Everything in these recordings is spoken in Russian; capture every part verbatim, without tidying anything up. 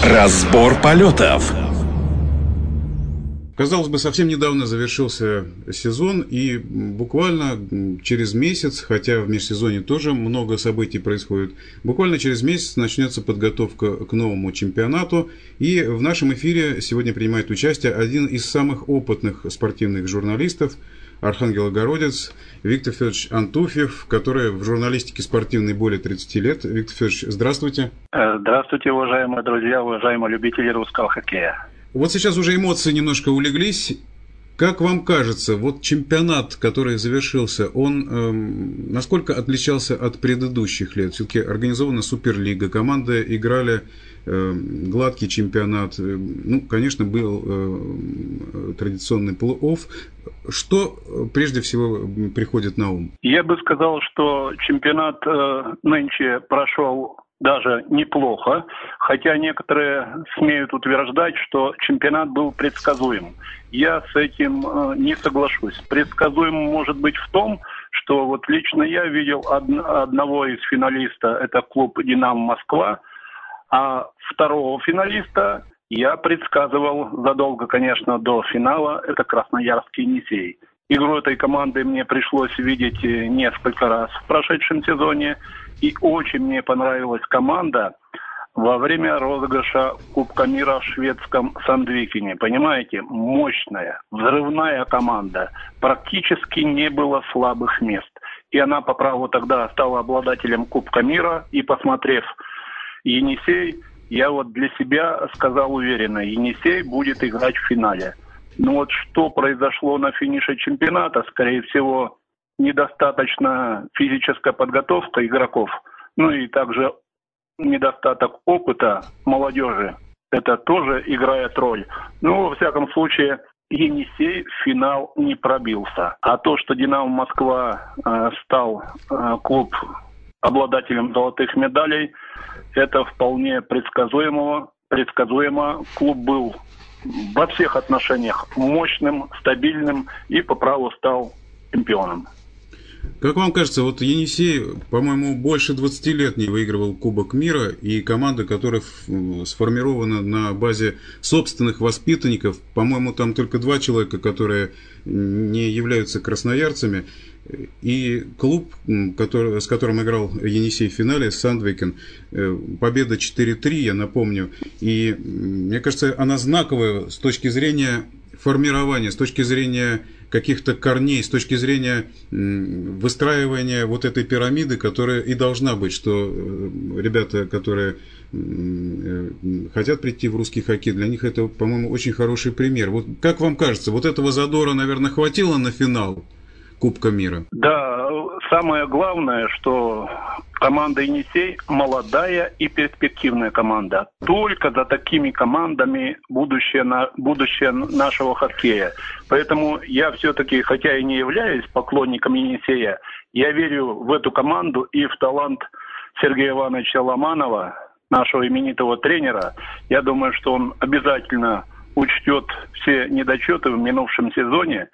Разбор полетов. Казалось бы, совсем недавно завершился сезон, и буквально через месяц, хотя в межсезонье тоже много событий происходит, буквально через месяц начнется подготовка к новому чемпионату, и в нашем эфире сегодня принимает участие один из самых опытных спортивных журналистов, архангелогородец Виктор Федорович Антуфьев, который в журналистике спортивной более тридцати лет. Виктор Федорович, здравствуйте. Здравствуйте, уважаемые друзья, уважаемые любители русского хоккея. Вот сейчас уже эмоции немножко улеглись. Как вам кажется, вот чемпионат, который завершился, он эм, насколько отличался от предыдущих лет? Все-таки организована Суперлига, команды играли э, гладкий чемпионат. Ну, конечно, был э, традиционный плей-офф. Что прежде всего приходит на ум? Я бы сказал, что чемпионат э, нынче прошел даже неплохо, хотя некоторые смеют утверждать, что чемпионат был предсказуем. Я с этим э, не соглашусь. Предсказуем может быть в том, что вот лично я видел од- одного из финалиста, это клуб «Динамо Москва», а второго финалиста я предсказывал задолго, конечно, до финала, это Красноярский «Енисей». Игру этой команды мне пришлось видеть несколько раз в прошедшем сезоне, и очень мне понравилась команда во время розыгрыша Кубка мира в шведском Сандвикене. Понимаете, мощная, взрывная команда, практически не было слабых мест. И она по праву тогда стала обладателем Кубка мира, и посмотрев «Енисей», я вот для себя сказал уверенно, «Енисей будет играть в финале». Но вот что произошло на финише чемпионата, скорее всего, недостаточно физическая подготовка игроков, ну и также недостаток опыта молодежи. Это тоже играет роль. Но, во всяком случае, «Енисей» в финал не пробился. А то, что «Динамо Москва» э, стал э, клуб обладателем золотых медалей, это вполне предсказуемо. предсказуемо. Клуб был во всех отношениях мощным, стабильным и по праву стал чемпионом. Как вам кажется, вот «Енисей», по-моему, больше двадцати лет не выигрывал Кубок мира, и команда, которая сформирована на базе собственных воспитанников, по-моему, там только два человека, которые не являются красноярцами, и клуб, который, с которым играл «Енисей» в финале, Сандвикен, победа четыре три, я напомню, и мне кажется, она знаковая с точки зрения формирования, с точки зрения каких-то корней, с точки зрения выстраивания вот этой пирамиды, которая и должна быть, что ребята, которые хотят прийти в русский хоккей, для них это, по-моему, очень хороший пример. Вот как вам кажется, вот этого задора, наверное, хватило на финал Кубка мира? Да, самое главное, что команда «Енисей» молодая и перспективная команда. Только за такими командами будущее, на, будущее нашего хоккея. Поэтому я все-таки, хотя и не являюсь поклонником «Енисея», я верю в эту команду и в талант Сергея Ивановича Ломанова, нашего именитого тренера. Я думаю, что он обязательно учтет все недочеты в минувшем сезоне.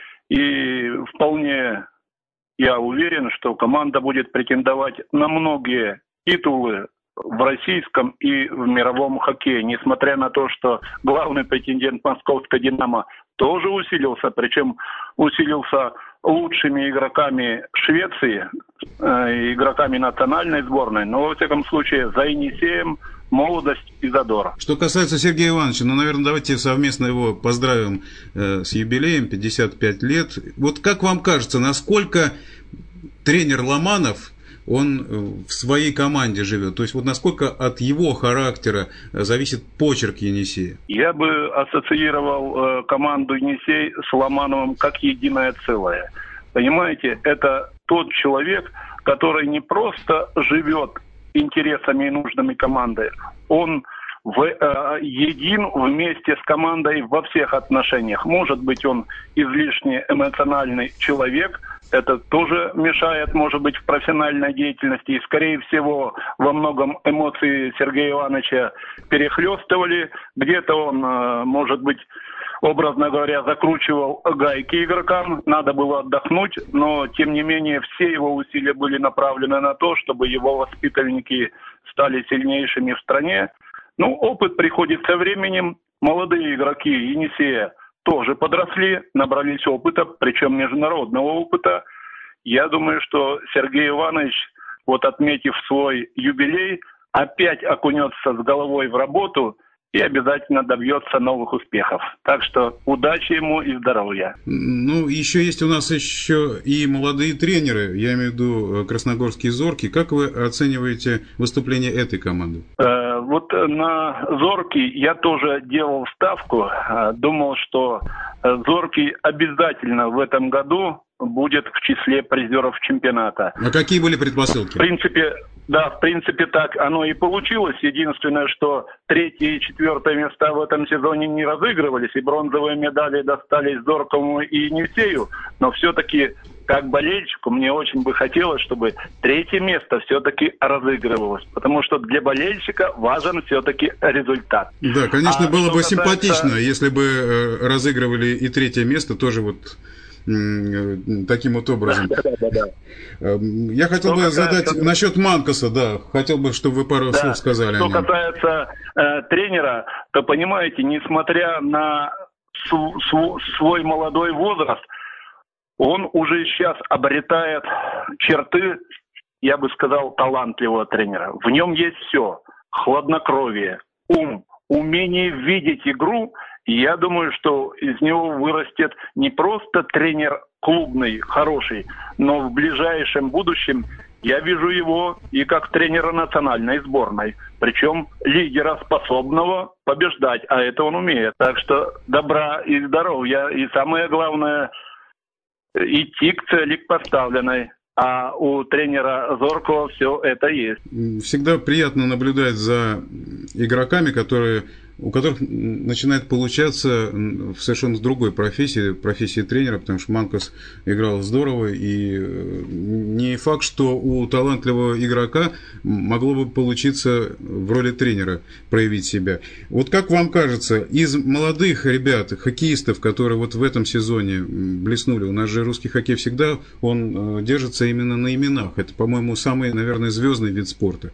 И вполне я уверен, что команда будет претендовать на многие титулы в российском и в мировом хоккее, несмотря на то, что главный претендент московской «Динамо» тоже усилился, причем усилился лучшими игроками Швеции, э, игроками национальной сборной, но, во всяком случае, за «Енисеем» молодость и задор. Что касается Сергея Ивановича, ну, наверное, давайте совместно его поздравим э, с юбилеем, пятьдесят пять лет. Вот как вам кажется, насколько тренер Ломанов, он в своей команде живет? То есть вот насколько от его характера зависит почерк «Енисея»? Я бы ассоциировал э, команду «Енисей» с Ломановым как единое целое. Понимаете, это тот человек, который не просто живет интересами и нуждами команды, он в, э, един вместе с командой во всех отношениях. Может быть, он излишне эмоциональный человек, это тоже мешает, может быть, в профессиональной деятельности. И, скорее всего, во многом эмоции Сергея Ивановича перехлестывали. Где-то он, э, может быть, образно говоря, закручивал гайки игрокам, надо было отдохнуть, но, тем не менее, все его усилия были направлены на то, чтобы его воспитанники стали сильнейшими в стране. Ну, опыт приходит со временем. Молодые игроки Енисея тоже подросли, набрались опыта, причем международного опыта. Я думаю, что Сергей Иванович, вот отметив свой юбилей, опять окунется с головой в работу и обязательно добьется новых успехов. Так что удачи ему и здоровья. Ну, еще есть у нас еще и молодые тренеры, я имею в виду красногорские «Зорки». Как вы оцениваете выступление этой команды? Э, вот на «Зорки» я тоже делал ставку. Думал, что «Зорки» обязательно в этом году будет в числе призеров чемпионата. А какие были предпосылки? В принципе, да, в принципе так оно и получилось. Единственное, что третье и четвертое места в этом сезоне не разыгрывались, и бронзовые медали достались Зорковому и Енисею, но все-таки как болельщику мне очень бы хотелось, чтобы третье место все-таки разыгрывалось, потому что для болельщика важен все-таки результат. Да, конечно, а было бы касается... симпатично, если бы разыгрывали и третье место тоже вот таким вот образом. Да, да, да, да. Я хотел что бы задать касается... насчет Манкоса, да, хотел бы, чтобы вы пару да. слов сказали. Что касается э, тренера, то понимаете, несмотря на св- св- свой молодой возраст, он уже сейчас обретает черты, я бы сказал, талантливого тренера. В нем есть все: хладнокровие, ум, умение видеть игру. Я думаю, что из него вырастет не просто тренер клубный, хороший, но в ближайшем будущем я вижу его и как тренера национальной сборной. Причем лидера, способного побеждать, а это он умеет. Так что добра и здоровья. И самое главное, идти к цели, к поставленной. А у тренера Зоркова все это есть. Всегда приятно наблюдать за игроками, которые... у которых начинает получаться в совершенно другой профессии, профессии тренера, потому что Манкос играл здорово, и не факт, что у талантливого игрока могло бы получиться в роли тренера проявить себя. Вот как вам кажется, из молодых ребят, хоккеистов, которые вот в этом сезоне блеснули, у нас же русский хоккей всегда, он держится именно на именах, это, по-моему, самый, наверное, звездный вид спорта.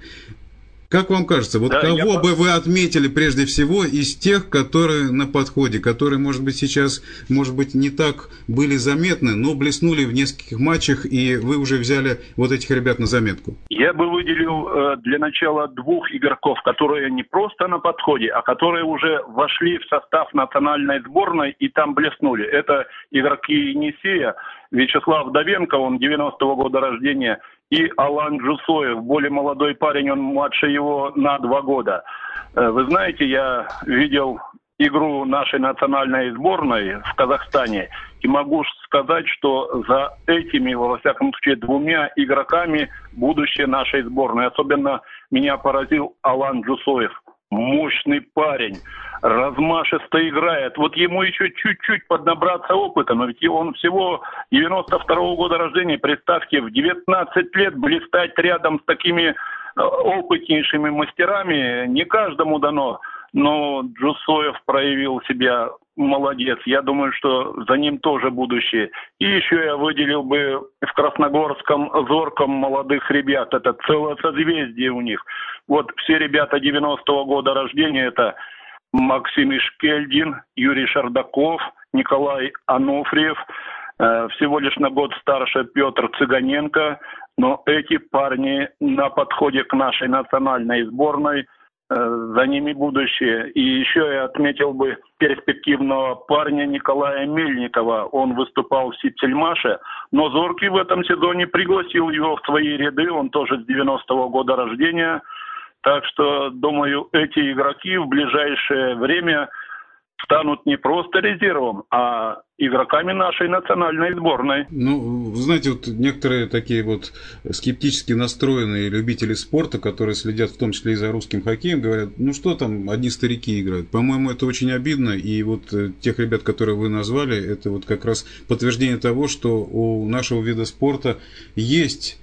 Как вам кажется, вот да, кого я... бы вы отметили прежде всего из тех, которые на подходе, которые, может быть, сейчас, может быть, не так были заметны, но блеснули в нескольких матчах, и вы уже взяли вот этих ребят на заметку? Я бы выделил э, для начала двух игроков, которые не просто на подходе, а которые уже вошли в состав национальной сборной и там блеснули. Это игроки Енисея. Вячеслав Давенко, он девяностого года рождения, и Алан Джусоев, более молодой парень, он младше его на два года. Вы знаете, я видел игру нашей национальной сборной в Казахстане, и могу сказать, что за этими, во всяком случае, двумя игроками будущее нашей сборной. Особенно меня поразил Алан Джусоев. Мощный парень, размашисто играет. Вот ему еще чуть-чуть поднабраться опыта, но ведь он всего девяносто второго года рождения. Представьте, в девятнадцать лет блистать рядом с такими опытнейшими мастерами не каждому дано. Но Джусоев проявил себя, молодец. Я думаю, что за ним тоже будущее. И еще я выделил бы в красногорском Зорком молодых ребят. Это целое созвездие у них. Вот все ребята девяностого года рождения, это Максим Ишкельдин, Юрий Шардаков, Николай Анофриев, э, всего лишь на год старше Петр Цыганенко. Но эти парни на подходе к нашей национальной сборной, э, за ними будущее. И еще я отметил бы перспективного парня Николая Мельникова. Он выступал в Сипсельмаше, но Зоркий в этом сезоне пригласил его в свои ряды. Он тоже с девяностого года рождения. Так что, думаю, эти игроки в ближайшее время станут не просто резервом, а игроками нашей национальной сборной. Ну, вы знаете, вот некоторые такие вот скептически настроенные любители спорта, которые следят в том числе и за русским хоккеем, говорят, ну что там, одни старики играют. По-моему, это очень обидно, и вот тех ребят, которые вы назвали, это вот как раз подтверждение того, что у нашего вида спорта есть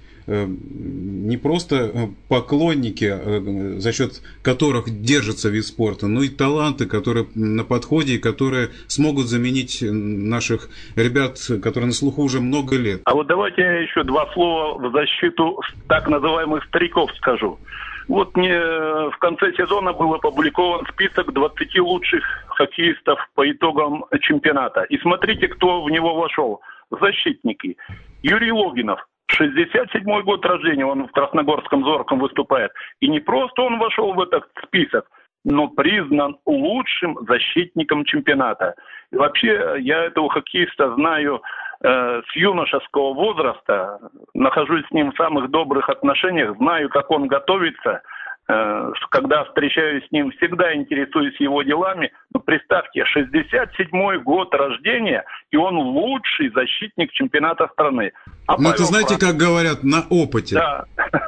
не просто поклонники, за счет которых держится вид спорта, но и таланты, которые на подходе и которые смогут заменить наших ребят, которые на слуху уже много лет. А вот давайте я еще два слова в защиту так называемых стариков скажу. Вот мне в конце сезона был опубликован список двадцати лучших хоккеистов по итогам чемпионата. И смотрите, кто в него вошел. Защитники. Юрий Логинов. шестьдесят седьмой год рождения, он в Красногорском «Зорком» выступает. И не просто он вошел в этот список, но признан лучшим защитником чемпионата. И вообще, я этого хоккеиста знаю э, с юношеского возраста, нахожусь с ним в самых добрых отношениях, знаю, как он готовится. Э, когда встречаюсь с ним, всегда интересуюсь его делами. Но представьте, шестьдесят седьмой год рождения, и он лучший защитник чемпионата страны. А ну, это знаете, Франц... как говорят, на опыте. Да.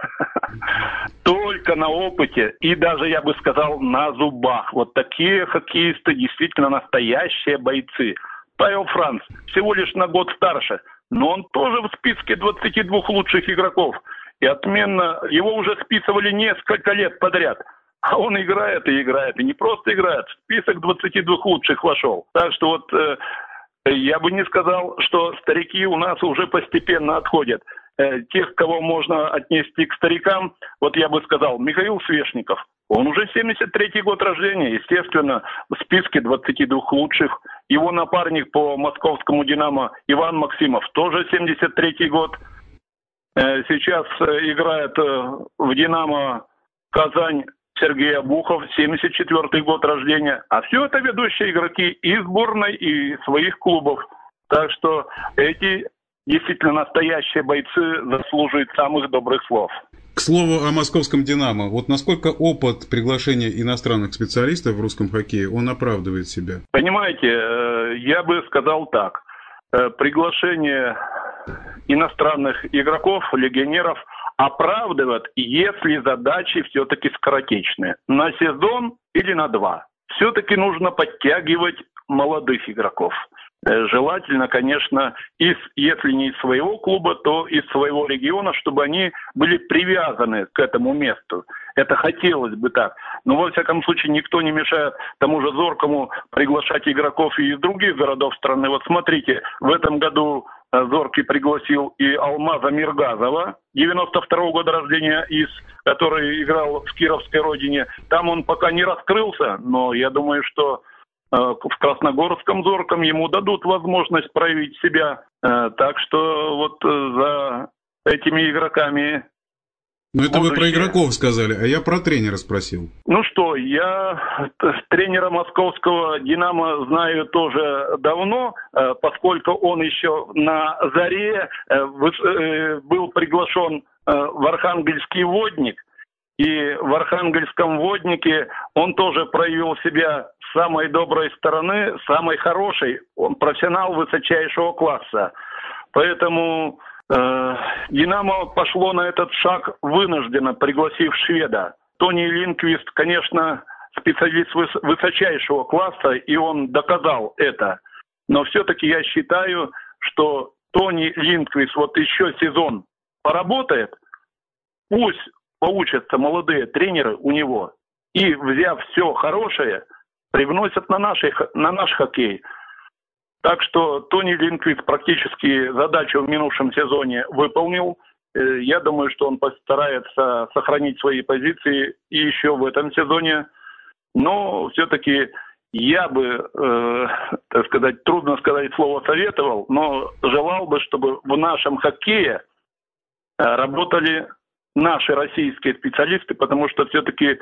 Только на опыте и даже, я бы сказал, на зубах. Вот такие хоккеисты действительно настоящие бойцы. Павел Франц всего лишь на год старше, но он тоже в списке двадцати двух лучших игроков. И отменно, его уже списывали несколько лет подряд. А он играет и играет, и не просто играет, в список двадцати двух лучших вошел. Так что вот э, я бы не сказал, что старики у нас уже постепенно отходят. Тех, кого можно отнести к старикам, вот я бы сказал, Михаил Свешников. Он уже семьдесят третий год рождения, естественно, в списке двадцати двух лучших. Его напарник по московскому «Динамо» Иван Максимов, тоже семьдесят третий год. Сейчас играет в «Динамо» Казань Сергей Обухов, семьдесят четвёртый год рождения. А все это ведущие игроки и сборной, и своих клубов. Так что эти... действительно настоящие бойцы заслуживают самых добрых слов. К слову о московском «Динамо». Вот насколько опыт приглашения иностранных специалистов в русском хоккее, он оправдывает себя? Понимаете, я бы сказал так. Приглашение иностранных игроков, легионеров оправдывает, если задачи все-таки скоротечные. На сезон или на два. Все-таки нужно подтягивать молодых игроков. Желательно, конечно, из, если не из своего клуба, то из своего региона, чтобы они были привязаны к этому месту. Это хотелось бы так. Но, во всяком случае, никто не мешает тому же «Зоркому» приглашать игроков и из других городов страны. Вот смотрите, в этом году «Зоркий» пригласил и Алмаза Миргазова, девяносто второго года рождения, из, который играл в Кировской родине. Там он пока не раскрылся, но я думаю, что в Красногорском «Зорком» ему дадут возможность проявить себя. Так что вот за этими игроками... Ну это будущее. Вы про игроков сказали, а я про тренера спросил. Ну что, я тренера московского «Динамо» знаю тоже давно, поскольку он еще на заре был приглашен в Архангельский «Водник». И в Архангельском «Воднике» он тоже проявил себя с самой доброй стороны, самой хорошей. Он профессионал высочайшего класса. Поэтому э, «Динамо» пошло на этот шаг вынужденно, пригласив шведа. Тони Линквист, конечно, специалист выс- высочайшего класса, и он доказал это. Но все-таки я считаю, что Тони Линквист вот еще сезон поработает, пусть получатся молодые тренеры у него и, взяв все хорошее, привносят на, наши, на наш хоккей. Так что Тони Линквист практически задачу в минувшем сезоне выполнил. Я думаю, что он постарается сохранить свои позиции и еще в этом сезоне. Но все-таки я бы, э, так сказать, трудно сказать слово «советовал», но желал бы, чтобы в нашем хоккее работали наши российские специалисты, потому что все-таки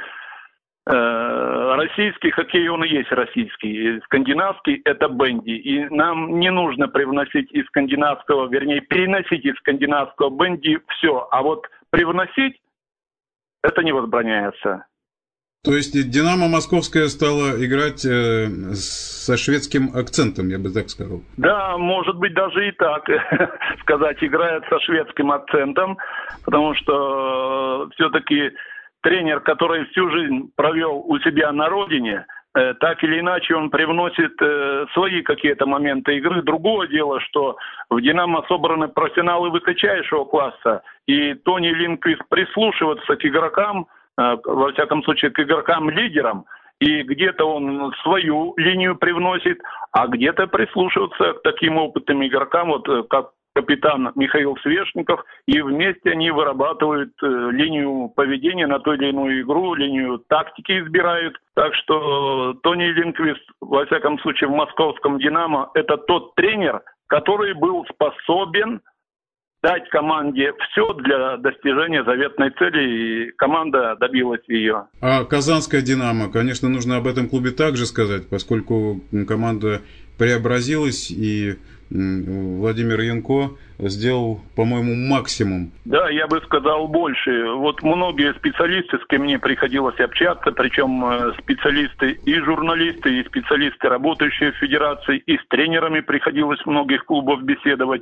э, российский хоккей, он и есть российский. Скандинавский – это бенди. И нам не нужно привносить из скандинавского, вернее, переносить из скандинавского бенди все. А вот привносить – это не возбраняется. То есть «Динамо» московская стала играть э, со шведским акцентом, я бы так сказал. Да, может быть, даже и так сказать, играет со шведским акцентом, потому что э, все-таки тренер, который всю жизнь провел у себя на родине, э, так или иначе он привносит э, свои какие-то моменты игры. Другое дело, что в «Динамо» собраны профессионалы высочайшего класса, и Тони Линквист прислушивается к игрокам, во всяком случае, к игрокам-лидерам, и где-то он свою линию привносит, а где-то прислушиваться к таким опытным игрокам, вот как капитан Михаил Свешников, и вместе они вырабатывают э, линию поведения на ту или иную игру, линию тактики избирают. Так что Тони Линквист, во всяком случае, в московском «Динамо» это тот тренер, который был способен дать команде все для достижения заветной цели, и команда добилась ее. А казанская «Динамо», конечно, нужно об этом клубе также сказать, поскольку команда преобразилась, и Владимир Янко сделал, по-моему, максимум. Да, я бы сказал больше. Вот многие специалисты, с кем мне приходилось общаться, причем специалисты и журналисты, и специалисты, работающие в федерации, и с тренерами приходилось многих клубов беседовать.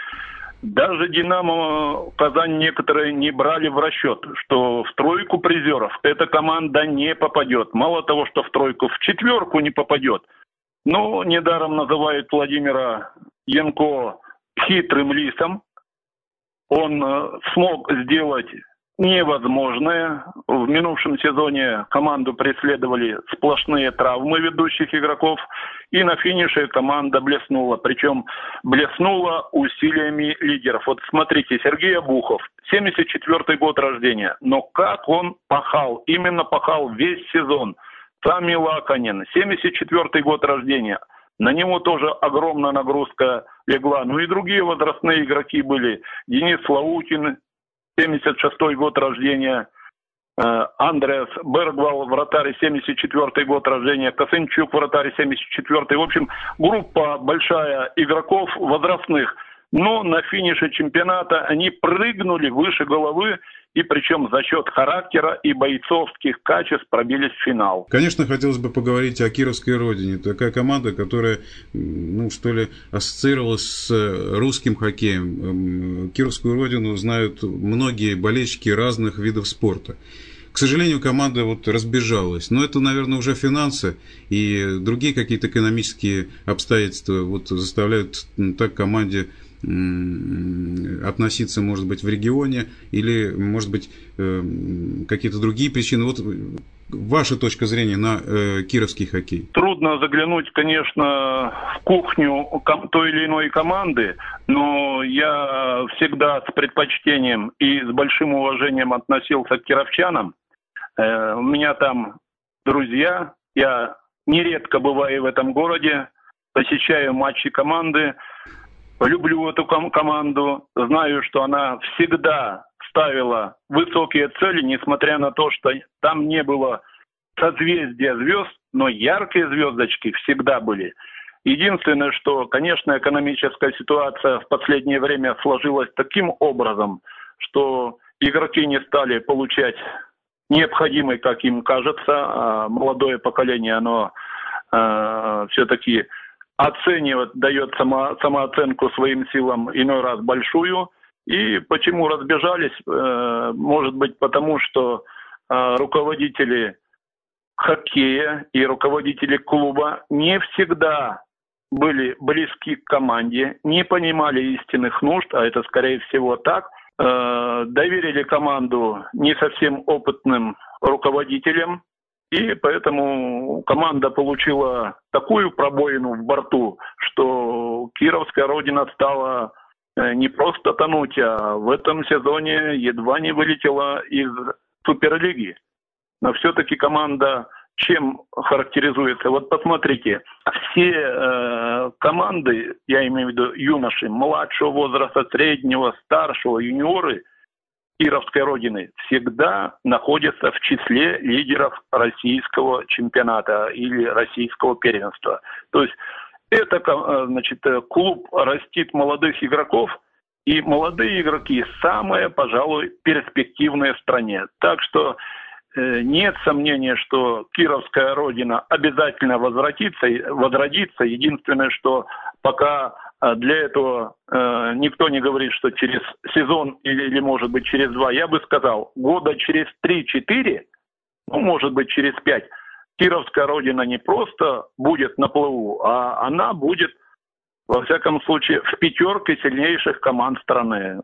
Даже «Динамо» Казань некоторые не брали в расчет, что в тройку призеров эта команда не попадет. Мало того, что в тройку, в четверку не попадет. Но недаром называют Владимира Янко хитрым лисом. Он смог сделать невозможное. В минувшем сезоне команду преследовали сплошные травмы ведущих игроков. И на финише команда блеснула. Причем блеснула усилиями лидеров. Вот смотрите, Сергей Обухов, семьдесят четвёртый год рождения. Но как он пахал, именно пахал весь сезон. Сами Лаканин, семьдесят четвёртый год рождения. На него тоже огромная нагрузка легла. Ну и другие возрастные игроки были. Денис Лаутин, семьдесят шестой год рождения. Андреас Бергвал, вратарь, семьдесят четвёртый год рождения. Косынчук, вратарь, семьдесят четвёртый. В общем, группа большая игроков возрастных. Но на финише чемпионата они прыгнули выше головы, и причем за счет характера и бойцовских качеств пробились в финал. Конечно, хотелось бы поговорить о Кировской Родине. Такая команда, которая, ну, что ли, ассоциировалась с русским хоккеем. Кировскую Родину знают многие болельщики разных видов спорта. К сожалению, команда вот разбежалась. Но это, наверное, уже финансы и другие какие-то экономические обстоятельства вот заставляют так команде относиться, может быть, в регионе, или, может быть, какие-то другие причины. Вот ваша точка зрения на э, кировский хоккей. Трудно заглянуть, конечно, в кухню той или иной команды, но я всегда с предпочтением и с большим уважением относился к кировчанам. Э, у меня там друзья, я нередко бываю в этом городе, посещаю матчи команды. Люблю эту ком- команду, знаю, что она всегда ставила высокие цели, несмотря на то, что там не было созвездия звезд, но яркие звездочки всегда были. Единственное, что, конечно, экономическая ситуация в последнее время сложилась таким образом, что игроки не стали получать необходимый, как им кажется, а молодое поколение, оно э, все-таки оценивает, дает само, самооценку своим силам иной раз большую. И почему разбежались? Э, может быть, потому что э, руководители хоккея и руководители клуба не всегда были близки к команде, не понимали истинных нужд, а это, скорее всего, так. Э, доверили команду не совсем опытным руководителям. И поэтому команда получила такую пробоину в борту, что Кировская Родина стала не просто тонуть, а в этом сезоне едва не вылетела из Суперлиги. Но все-таки команда чем характеризуется? Вот посмотрите, все э, команды, я имею в виду юноши, младшего возраста, среднего, старшего, юниоры Кировской Родины всегда находятся в числе лидеров российского чемпионата или российского первенства. То есть это, значит, клуб растит молодых игроков, и молодые игроки самые, пожалуй, перспективные в стране. Так что э, нет сомнения, что Кировская Родина обязательно возвратится, возродится. Единственное, что пока для этого э, никто не говорит, что через сезон или, или, может быть, через два. Я бы сказал, года через три-четыре, ну, может быть, через пять, Кировская Родина не просто будет на плаву, а она будет, во всяком случае, в пятерке сильнейших команд страны.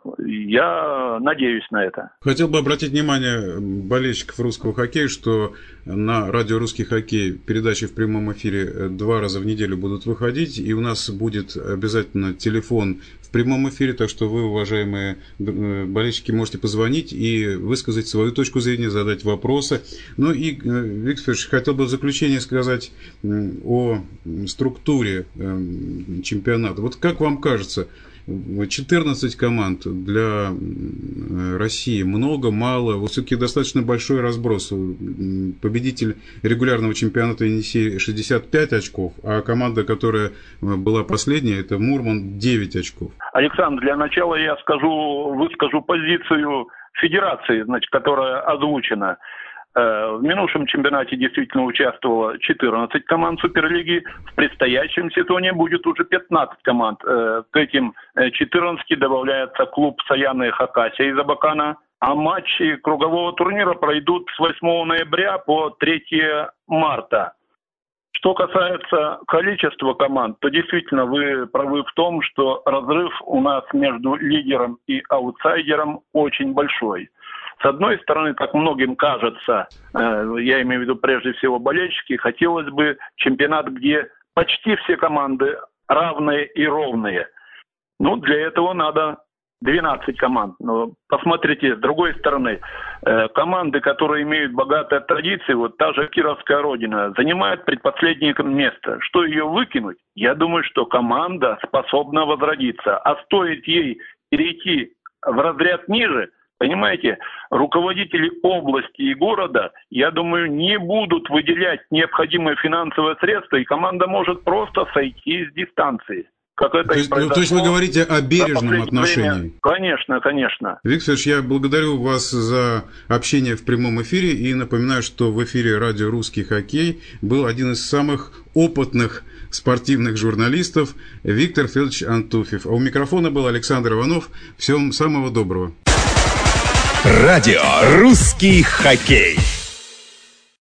Я надеюсь на это. Хотел бы обратить внимание болельщиков русского хоккея, что на радио «Русский хоккей» передачи в прямом эфире два раза в неделю будут выходить, и у нас будет обязательно телефон в в прямом эфире, так что вы, уважаемые болельщики, можете позвонить и высказать свою точку зрения, задать вопросы. Ну и, Виктор Федорович, хотел бы в заключение сказать о структуре чемпионата. Вот как вам кажется, четырнадцать команд для России много, мало? Вот все-таки достаточно большой разброс. Победитель регулярного чемпионата Енисей шестьдесят пять очков, а команда, которая была последняя, это Мурман, девять очков. Александр, для начала я скажу, выскажу позицию федерации, значит, которая озвучена. В минувшем чемпионате действительно участвовало четырнадцать команд Суперлиги. В предстоящем сезоне будет уже пятнадцать команд. К этим четырнадцати добавляется клуб Саяна и Хакасия из Абакана. А матчи кругового турнира пройдут с восьмого ноября по третьего марта. Что касается количества команд, то действительно вы правы в том, что разрыв у нас между лидером и аутсайдером очень большой. С одной стороны, как многим кажется, я имею в виду прежде всего болельщики, хотелось бы чемпионат, где почти все команды равные и ровные. Ну, для этого надо двенадцать команд. Но посмотрите, с другой стороны, команды, которые имеют богатые традиции, вот та же Кировская Родина, занимает предпоследнее место. Что ее выкинуть? Я думаю, что команда способна возродиться. А стоит ей перейти в разряд ниже, понимаете, руководители области и города, я думаю, не будут выделять необходимые финансовые средства, и команда может просто сойти с дистанции. Как это то, есть, то есть вы говорите о бережном отношении? Время. Конечно, конечно. Виктор Федорович, я благодарю вас за общение в прямом эфире и напоминаю, что в эфире радио «Русский хоккей» был один из самых опытных спортивных журналистов Виктор Федорович Антуфьев. А у микрофона был Александр Иванов. Всем самого доброго. Радио «Русский хоккей».